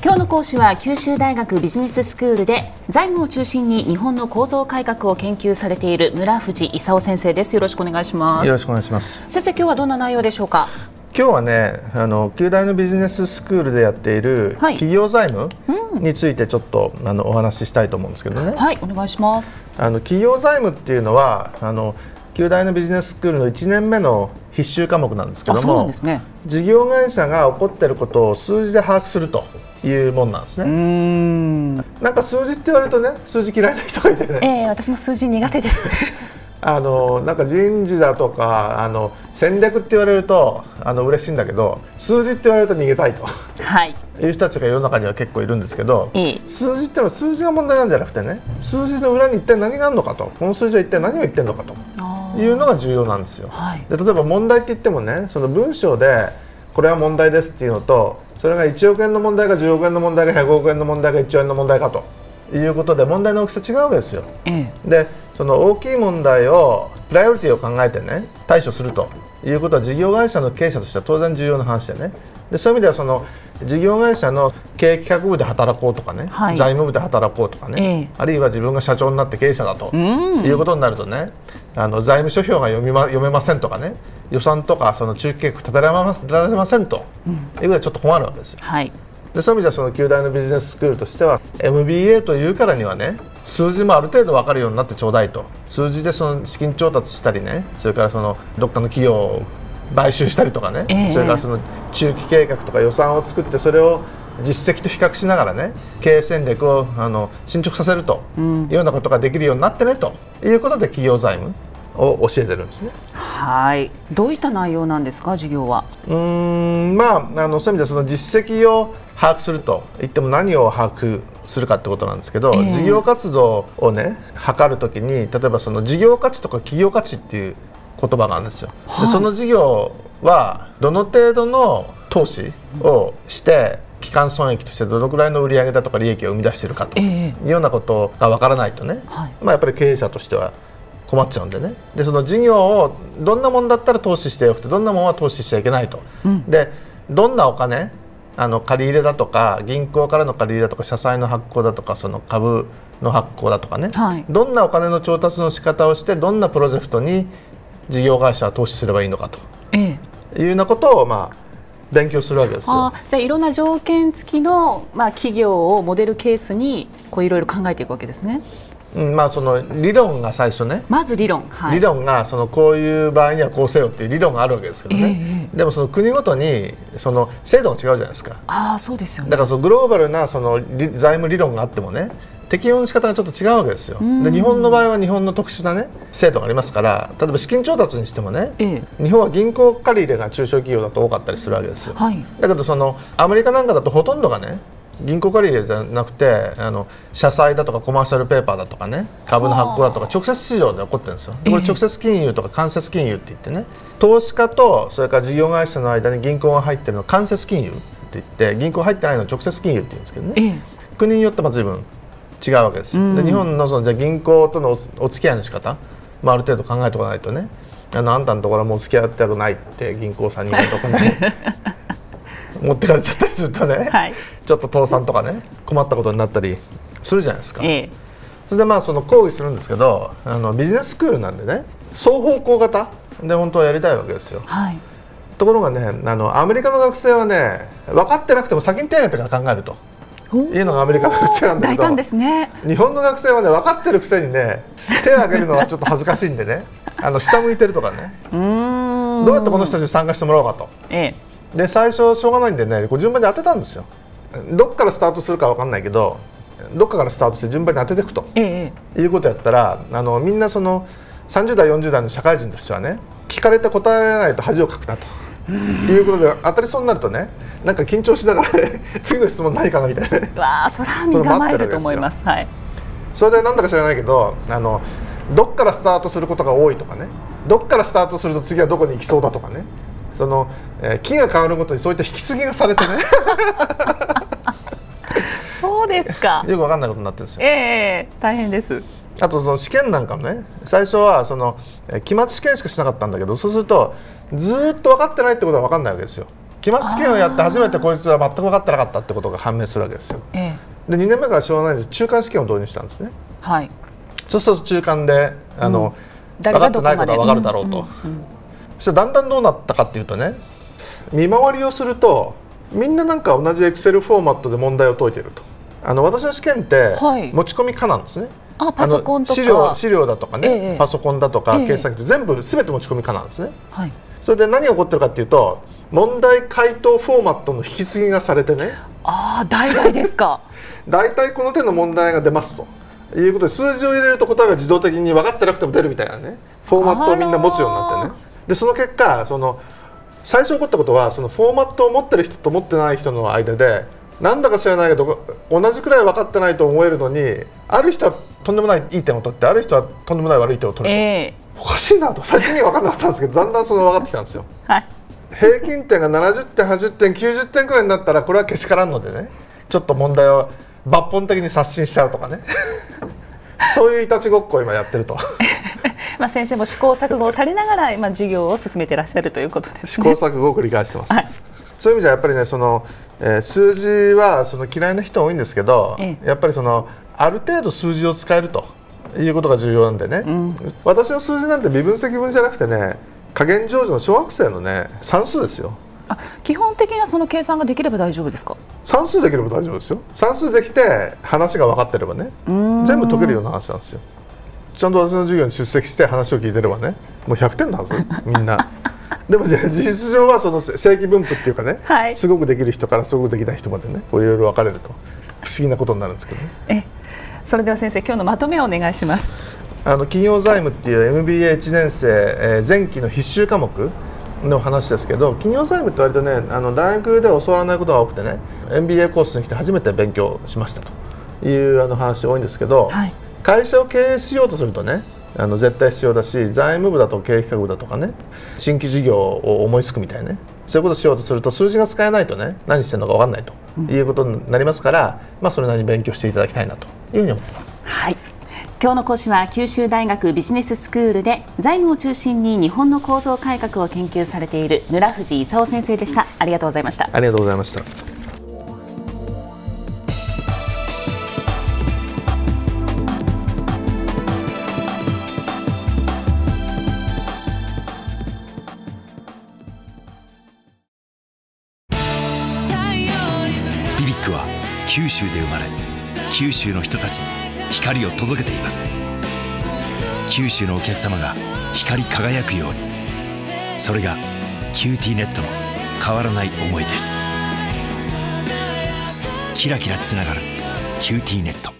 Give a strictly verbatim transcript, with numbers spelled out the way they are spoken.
今日の講師は九州大学ビジネススクールで財務を中心に日本の構造改革を研究されている村藤勲先生です。よろしくお願いします。 よろしくお願いします。 先生、今日はどんな内容でしょうか？ 今日はね、あの九大のビジネススクールでやっている企業財務についてちょっと、うん、あのお話ししたいと思うんですけどね。 はい、お願いします。 あの企業財務っていうのはあの九大のビジネススクールのいちねんめの必修科目なんですけども、 そうなんですね。 事業会社が起こっていることを数字で把握するというものなんですね。うーん、なんか数字って言われるとね、数字嫌いな人がいてね、 えー、私も数字苦手ですあのなんか人事だとかあの戦略って言われるとあの嬉しいんだけど、数字って言われると逃げたいと、はい、いう人たちが世の中には結構いるんですけど、いい数字ってのは数字が問題なんじゃなくてね、数字の裏に一体何があるのかと、この数字は一体何を言ってるのかというのが重要なんですよ。はい、で例えば問題って言ってもね、その文章でこれは問題ですっていうのと、それがいちおくえんの問題かじゅうおくえんの問題かひゃくおくえんの問題かいっちょうえんの問題かということで問題の大きさ違うわけですよ。ええ、でその大きい問題をプライオリティを考えてね対処するということは事業会社の経営者としては当然重要な話でね。でそういう意味ではその事業会社の経営企画部で働こうとかね、はい、財務部で働こうとかね、ええ、あるいは自分が社長になって経営者だということになるとね、あの財務諸表が読み、ま、読めませんとかね、予算とかその中期計画立てられませんというぐらいちょっと困るわけですよ。はい、でそういう意味ではその九大のビジネススクールとしては エムビーエー というからにはね、数字もある程度分かるようになってちょうだいと、数字でその資金調達したりね、それからそのどっかの企業を買収したりとかね、えー、それからその中期計画とか予算を作ってそれを実績と比較しながらね、経営戦略をあの進捗させるというようなことができるようになってねということで企業財務を教えてるんですね。 はい、どういった内容なんですか、授業は？ うーん、まあ、あのそういう意味でその実績を把握するといっても何を把握するかってことなんですけど、えー、事業活動をね測るときに、例えばその事業価値とか企業価値っていう言葉があるんですよ。はい、でその事業はどの程度の投資をして基幹損益としてどのくらいの売上だとか利益を生み出しているかというようなことが分からないとね、はい、まあ、やっぱり経営者としては困っちゃうんでね。でその事業をどんなもんだったら投資してよくて、どんなもんは投資しちゃいけないと、うん、でどんなお金、あの借り入れだとか銀行からの借り入れだとか社債の発行だとかその株の発行だとかね、はい、どんなお金の調達の仕方をしてどんなプロジェクトに事業会社は投資すればいいのかと、ええ、いうようなことをまあ勉強するわけですよ。 あ、じゃあいろんな条件付きの、まあ、企業をモデルケースにこういろいろ考えていくわけですね。 うん、まあ、その理論が最初ね、 まず理論、はい、 理論がそのこういう場合にはこうせよっていう理論があるわけですけどね、えー、でもその国ごとにその制度が違うじゃないですか。 あ、そうですよね。 だからそのグローバルなその財務理論があってもね、適用の仕方がちょっと違うわけですよ。で日本の場合は日本の特殊な、ね、制度がありますから、例えば資金調達にしてもね、ええ、日本は銀行借り入れが中小企業だと多かったりするわけですよ。はい、だけどそのアメリカなんかだとほとんどがね銀行借り入れじゃなくて、あの社債だとかコマーシャルペーパーだとかね、株の発行だとか直接市場で起こってるんですよ。でこれ直接金融とか間接金融って言ってね、投資家とそれから事業会社の間に銀行が入ってるのは間接金融って言って、銀行入ってないのは直接金融って言うんですけどね、ええ、国によっても随分違うわけですよ。で日本のそのじゃ銀行との お, お付き合いの仕方、まあ、ある程度考えておかないとね、あのあんたのところはもう付き合ってやるないって銀行さんに言うとかね持ってかれちゃったりするとね、はい、ちょっと倒産とかね困ったことになったりするじゃないですか。ええ、それでまあその講義するんですけど、あのビジネススクールなんでね双方向型で本当はやりたいわけですよ。はい、ところがね、あのアメリカの学生はね分かってなくても先に手を挙げてから考えるというのがアメリカの学生なんだけど、大胆ですね。日本の学生はね分かってるくせにね手を挙げるのはちょっと恥ずかしいんでねあの下向いてるとかね、うーん、どうやってこの人たちに参加してもらおうかと、ええ、で最初しょうがないんでねこう順番に当てたんですよ。どっからスタートするか分かんないけどどっかからスタートして順番に当てていくと、ええ、いうことやったら、あのみんなそのさんじゅう代よんじゅう代の社会人としてはね、聞かれて答えられないと恥をかくなということで当たりそうになるとね、なんか緊張しながら、ね、次の質問何かなみたいなね、 わあ、そら身構えると思います。はい、 それでなんだか知らないけど、あのどっからスタートすることが多いとかね、どっからスタートすると次はどこに行きそうだとかね、その、えー、木が変わるごとにそういった引き継ぎがされてねそうですか。 よく分かんないことになってるんですよ。 えー、大変です。 あとその試験なんかもね、最初はその期末試験しかしなかったんだけど、そうするとずっと分かってないってことは分かんないわけですよ。 期末試験をやって初めてこいつは全く分かってなかったってことが判明するわけですよ。 ええ、 でにねんめからしょうがないんで中間試験を導入したんですね。 はい、 そうすると中間であの、うん、分かってないことは分かるだろうと、うんうんうん、そしてだんだんどうなったかっていうとね、見回りをするとみんななんか同じエクセルフォーマットで問題を解いていると。あの私の試験って持ち込み可なんですね。 あ、パソコンとか資料、資料だとかね、ええ、パソコンだとか、ええ、計算機全部すべて持ち込み可なんですね。はい、それで何が起こってるかっていうと、問題回答フォーマットの引き継ぎがされてね。 ああ、代々ですか。 大体この手の問題が出ますということで、数字を入れると答えが自動的に分かってなくても出るみたいなね、フォーマットをみんな持つようになってね。でその結果、その最初起こったことは、そのフォーマットを持ってる人と持ってない人の間でなんだか知らないけど同じくらい分かってないと思えるのに、ある人はとんでもないいい点を取って、ある人はとんでもない悪い点を取ると、えー、おかしいなと最初には分からなかったんですけど、だんだんその分かってきたんですよ。はい、平均点がななじゅってんはちじゅってんきゅうじゅってんくらいになったら、これはけしからんのでね、ちょっと問題を抜本的に刷新しちゃうとかねそういういたちごっこを今やってるとまあ先生も試行錯誤をされながら今授業を進めていらっしゃるということですね。 試行錯誤を繰り返してます、はい、そういう意味じゃやっぱりね、その、えー、数字はその嫌いな人多いんですけど、ええ、やっぱりそのある程度数字を使えるということが重要なんでね、うん、私の数字なんて微分積分じゃなくてね、加減乗除の小学生のね算数ですよ。 あ、基本的なその計算ができれば大丈夫ですか？ 算数できれば大丈夫ですよ。算数できて話が分かってればね、全部解けるような話なんですよ。ちゃんと私の授業に出席して話を聞いてればね、もうひゃくてんなんですよみんなでも事実上はその正規分布っていうかね、はい、すごくできる人からすごくできない人までね、こういろいろ分かれると不思議なことになるんですけどね。 えそれでは先生、今日のまとめをお願いします。 あの企業財務っていう エムビーエーいち 年生、えー、前期の必修科目の話ですけど、企業財務って割とね、あの大学では教わらないことが多くてね、 エムビーエー コースに来て初めて勉強しましたというあの話多いんですけど、はい、会社を経営しようとするとね、あの絶対必要だし、財務部だと経営企画部だとかね、新規事業を思いつくみたいなね、そういうことをしようとすると数字が使えないとね、何してるのか分かんないということになりますから、うん、まあ、それなりに勉強していただきたいなというふうに思っています。 はい、今日の講師は九州大学ビジネススクールで財務を中心に日本の構造改革を研究されている村藤勲先生でした。ありがとうございました。 ありがとうございました。 ビビックは九州で生まれ、九州の人たちに光を届けています。九州のお客様が光り輝くように、それがキューティーネットの変わらない思いです。キラキラつながるキューティーネット。